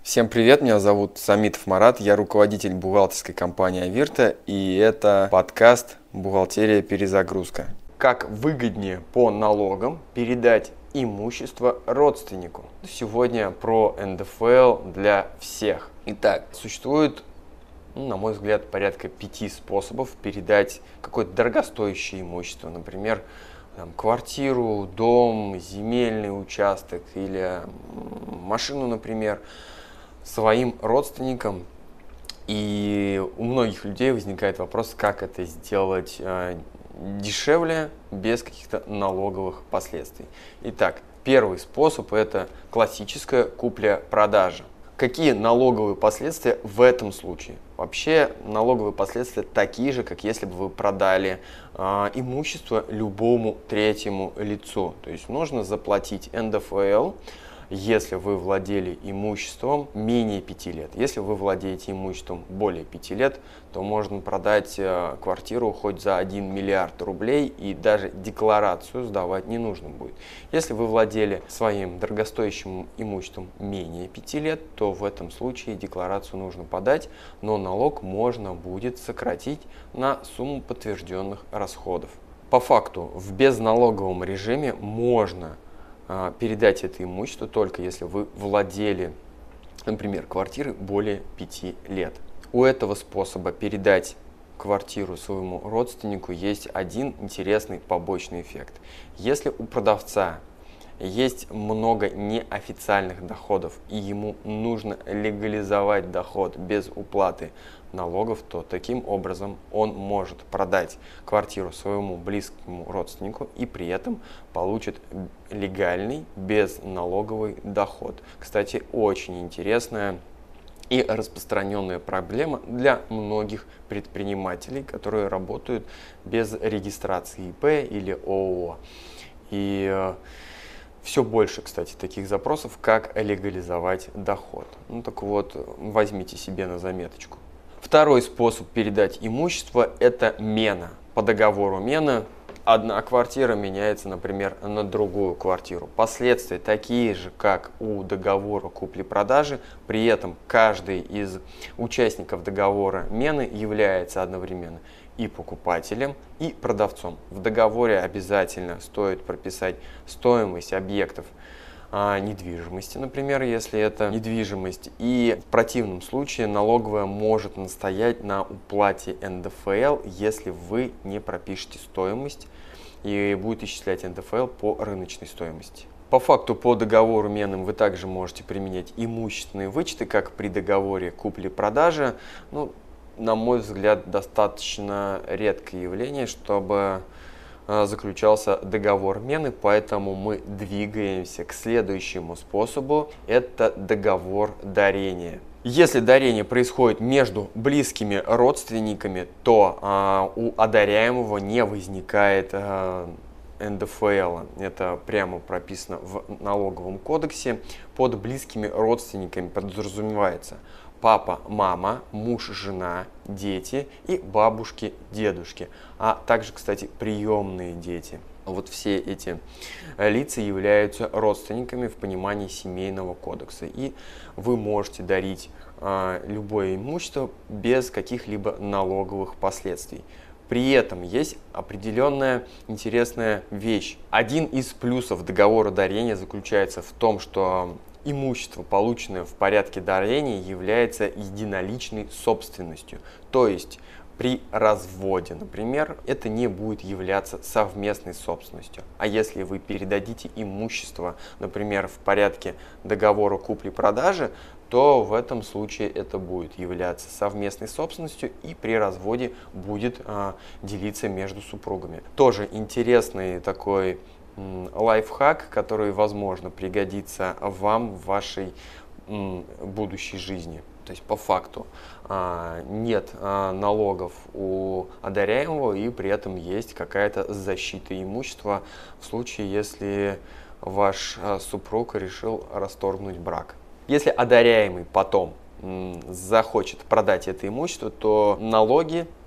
Всем привет, меня зовут Самитов Марат, я руководитель бухгалтерской компании Авирта, и это подкаст «Бухгалтерия. Перезагрузка». Как выгоднее по налогам передать имущество родственнику? Сегодня про НДФЛ для всех. Итак, существует, на мой взгляд, порядка 5 способов передать какое-то дорогостоящее имущество, например, квартиру, дом, земельный участок или машину, например, своим родственникам. И у многих людей возникает вопрос, как это сделать дешевле, без каких-то налоговых последствий. Итак, первый способ – это классическая купля-продажа. Какие налоговые последствия в этом случае? Вообще налоговые последствия такие же, как если бы вы продали имущество любому третьему лицу. То есть нужно заплатить НДФЛ, если вы владели имуществом менее 5 лет. Если вы владеете имуществом более 5 лет, то можно продать квартиру хоть за 1 миллиард рублей, и даже декларацию сдавать не нужно будет. Если вы владели своим дорогостоящим имуществом менее 5 лет, то в этом случае декларацию нужно подать, но налог можно будет сократить на сумму подтвержденных расходов. По факту в безналоговом режиме можно передать это имущество только если вы владели, например, квартирой более 5 лет. У этого способа передать квартиру своему родственнику есть один интересный побочный эффект. Если у продавца есть много неофициальных доходов, и ему нужно легализовать доход без уплаты налогов, то таким образом он может продать квартиру своему близкому родственнику и при этом получит легальный безналоговый доход. Кстати, очень интересная и распространенная проблема для многих предпринимателей, которые работают без регистрации ИП или ООО. И все больше, кстати, таких запросов, как легализовать доход. Ну так вот, возьмите себе на заметочку. Второй способ передать имущество – это мена. По договору мены одна квартира меняется, например, на другую квартиру. Последствия такие же, как у договора купли-продажи. При этом каждый из участников договора мены является одновременно и покупателем, и продавцом. В договоре обязательно стоит прописать стоимость объектов недвижимости, например, если это недвижимость. И в противном случае налоговая может настоять на уплате НДФЛ, если вы не пропишете стоимость, и будет исчислять НДФЛ по рыночной стоимости. По факту по договору мены вы также можете применять имущественные вычеты, как при договоре купли-продажи. На мой взгляд, достаточно редкое явление, чтобы заключался договор мены, поэтому мы двигаемся к следующему способу. Это договор дарения. Если дарение происходит между близкими родственниками, то у одаряемого не возникает НДФЛ. Это прямо прописано в налоговом кодексе. Под близкими родственниками подразумевается папа, мама, муж, жена, дети и бабушки, дедушки, а также, кстати, приемные дети. Вот все эти лица являются родственниками в понимании Семейного кодекса, и вы можете дарить любое имущество без каких-либо налоговых последствий. При этом есть определенная интересная вещь. Один из плюсов договора дарения заключается в том, что имущество, полученное в порядке дарения, является единоличной собственностью. То есть при разводе, например, это не будет являться совместной собственностью. А если вы передадите имущество, например, в порядке договора купли-продажи, то в этом случае это будет являться совместной собственностью и при разводе будет делиться между супругами. Тоже интересный такой лайфхак, который, возможно, пригодится вам в вашей будущей жизни. То есть по факту нет налогов у одаряемого, и при этом есть какая-то защита имущества в случае, если ваш супруг решил расторгнуть брак. Если одаряемый потом захочет продать это имущество, то налоги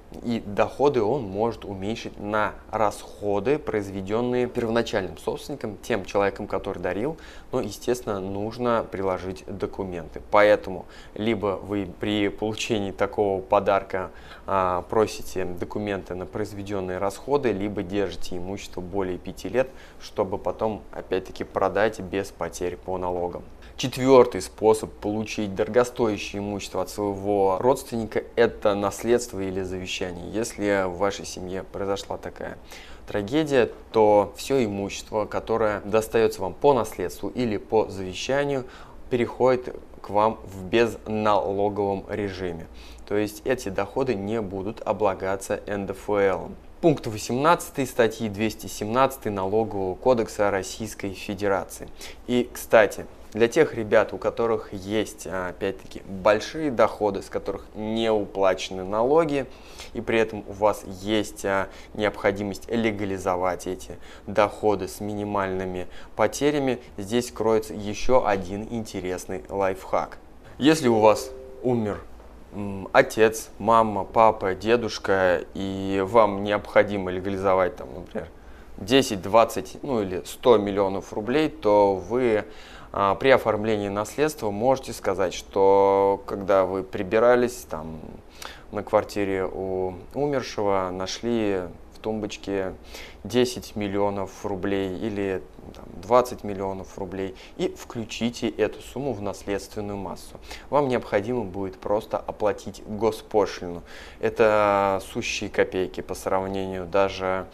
И доходы он может уменьшить на расходы, произведенные первоначальным собственником, тем человеком, который дарил. Но, естественно, нужно приложить документы. Поэтому либо вы при получении такого подарка просите документы на произведенные расходы, либо держите имущество более 5 лет, чтобы потом, опять-таки, продать без потерь по налогам. Четвертый способ получить дорогостоящее имущество от своего родственника – это наследство или завещание. Если в вашей семье произошла такая трагедия, то все имущество, которое достается вам по наследству или по завещанию, переходит к вам в безналоговом режиме. То есть эти доходы не будут облагаться НДФЛ. Пункт 18 статьи 217 Налогового кодекса Российской Федерации. И, кстати, для тех ребят, у которых есть, опять-таки, большие доходы, с которых не уплачены налоги, и при этом у вас есть необходимость легализовать эти доходы с минимальными потерями, здесь кроется еще один интересный лайфхак. Если у вас умер отец, мама, папа, дедушка, и вам необходимо легализовать, там, например, 10, 20, ну или 100 миллионов рублей, то вы при оформлении наследства можете сказать, что когда вы прибирались там на квартире у умершего, нашли в тумбочке 10 миллионов рублей или 20 миллионов рублей и включите эту сумму в наследственную массу. Вам необходимо будет просто оплатить госпошлину. Это сущие копейки по сравнению даже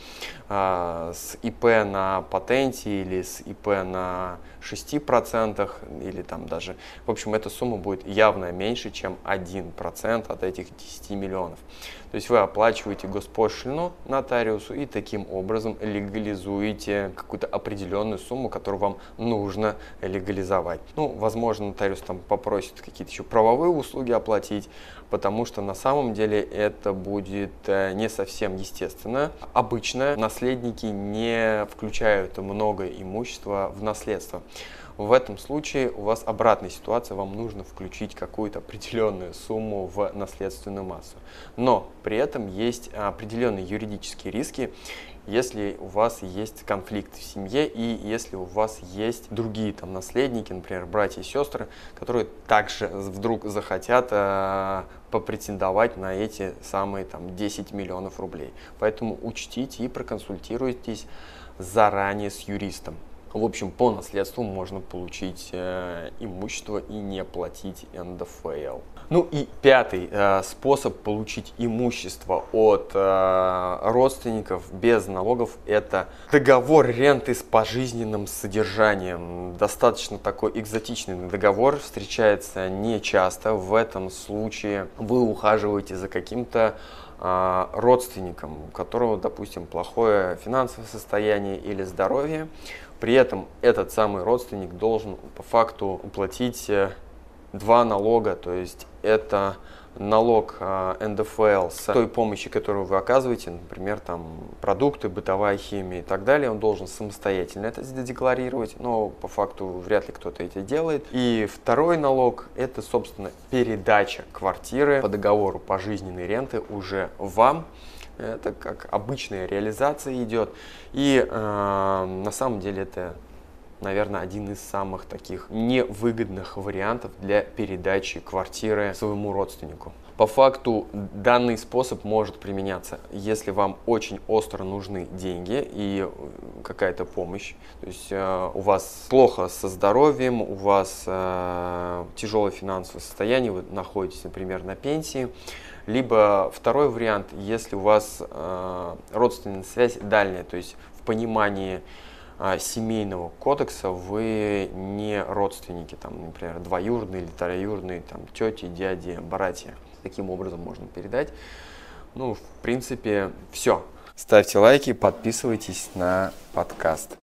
с ИП на патенте или с ИП на 6% или там даже, в общем, эта сумма будет явно меньше, чем 1% от этих 10 миллионов. То есть вы оплачиваете госпошлину нотариусу и таким образом легализуете какую-то определенную сумму, которую вам нужно легализовать. Ну, возможно, нотариус там попросит какие-то еще правовые услуги оплатить, потому что на самом деле это будет не совсем естественно. Обычно наследники не включают много имущества в наследство. В этом случае у вас обратная ситуация, вам нужно включить какую-то определенную сумму в наследственную массу. Но при этом есть определенные юридические риски, если у вас есть конфликт в семье и если у вас есть другие там наследники, например, братья и сестры, которые также вдруг захотят попретендовать на эти самые там 10 миллионов рублей. Поэтому учтите и проконсультируйтесь заранее с юристом. В общем, по наследству можно получить имущество и не платить НДФЛ. Ну и пятый способ получить имущество от родственников без налогов – это договор ренты с пожизненным содержанием. Достаточно такой экзотичный договор, встречается нечасто. В этом случае вы ухаживаете за каким-то родственником, у которого, допустим, плохое финансовое состояние или здоровье. При этом этот самый родственник должен по факту уплатить два налога, то есть это налог НДФЛ с той помощи, которую вы оказываете, например, там продукты, бытовая химия и так далее, он должен самостоятельно это задекларировать, но по факту вряд ли кто-то это делает. И второй налог – это, собственно, передача квартиры по договору пожизненной ренты уже вам. Это как обычная реализация идет. И на самом деле это, наверное, один из самых таких невыгодных вариантов для передачи квартиры своему родственнику. По факту данный способ может применяться, если вам очень остро нужны деньги и какая-то помощь. То есть у вас плохо со здоровьем, у вас тяжелое финансовое состояние, вы находитесь, например, на пенсии. Либо второй вариант, если у вас родственная связь дальняя, то есть в понимании семейного кодекса вы не родственники, там, например, двоюродные или троюродные, там, тети, дяди, братья. Таким образом можно передать. Ну, в принципе, все. Ставьте лайки, подписывайтесь на подкаст.